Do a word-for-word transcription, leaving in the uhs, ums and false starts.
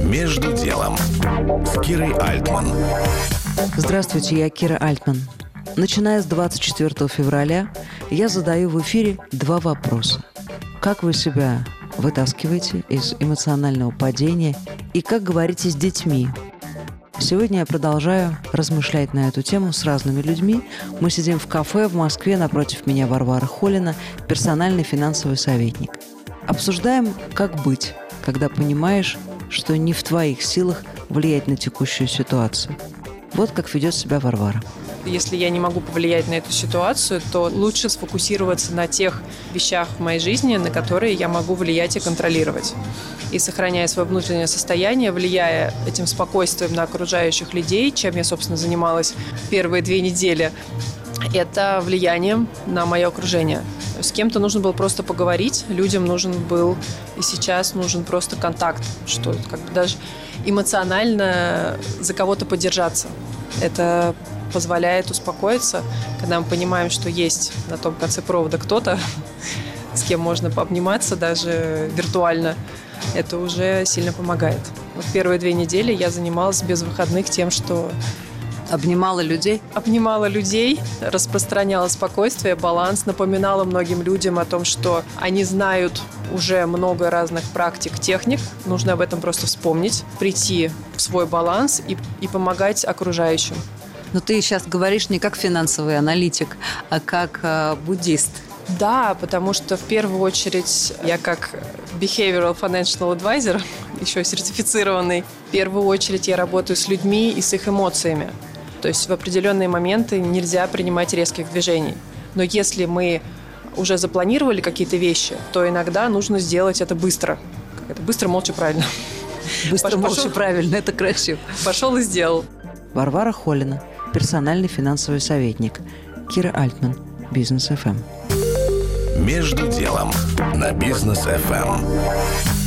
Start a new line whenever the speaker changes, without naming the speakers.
«Между делом» с Кирой Альтман.
Здравствуйте, я Кира Альтман. Начиная с двадцать четвёртого февраля я задаю в эфире два вопроса. Как вы себя вытаскиваете из эмоционального падения и как говорите с детьми? Сегодня я продолжаю размышлять на эту тему с разными людьми. Мы сидим в кафе в Москве, напротив меня Варвара Холина, персональный финансовый советник. Обсуждаем, как быть, когда понимаешь, что не в твоих силах влиять на текущую ситуацию. Вот как ведет себя Варвара.
Если я не могу повлиять на эту ситуацию, то лучше сфокусироваться на тех вещах в моей жизни, на которые я могу влиять и контролировать. И сохраняя свое внутреннее состояние, влияя этим спокойствием на окружающих людей, чем я, собственно, занималась первые две недели, это влиянием на мое окружение. С кем-то нужно было просто поговорить, людям нужен был и сейчас нужен просто контакт, что как бы даже эмоционально за кого-то подержаться. Это позволяет успокоиться, когда мы понимаем, что есть на том конце провода кто-то, с кем можно пообниматься даже виртуально. Это уже сильно помогает. Вот первые две недели я занималась без выходных тем, что
Обнимала людей?
Обнимала людей, распространяла спокойствие, баланс, напоминала многим людям о том, что они знают уже много разных практик, техник. Нужно об этом просто вспомнить, прийти в свой баланс и, и помогать окружающим.
Но ты сейчас говоришь не как финансовый аналитик, а как э, буддист.
Да, потому что в первую очередь я как behavioral financial advisor, еще сертифицированный, в первую очередь я работаю с людьми и с их эмоциями. То есть в определенные моменты нельзя принимать резких движений. Но если мы уже запланировали какие-то вещи, то иногда нужно сделать это быстро. Как это? Быстро, молча, правильно.
Быстро,
Пошел,
молча, правильно, это красиво.
Пошел и сделал.
Варвара Холина, персональный финансовый советник. Кира Альтман, Бизнес эф эм.
«Между делом» на Бизнес эф эм.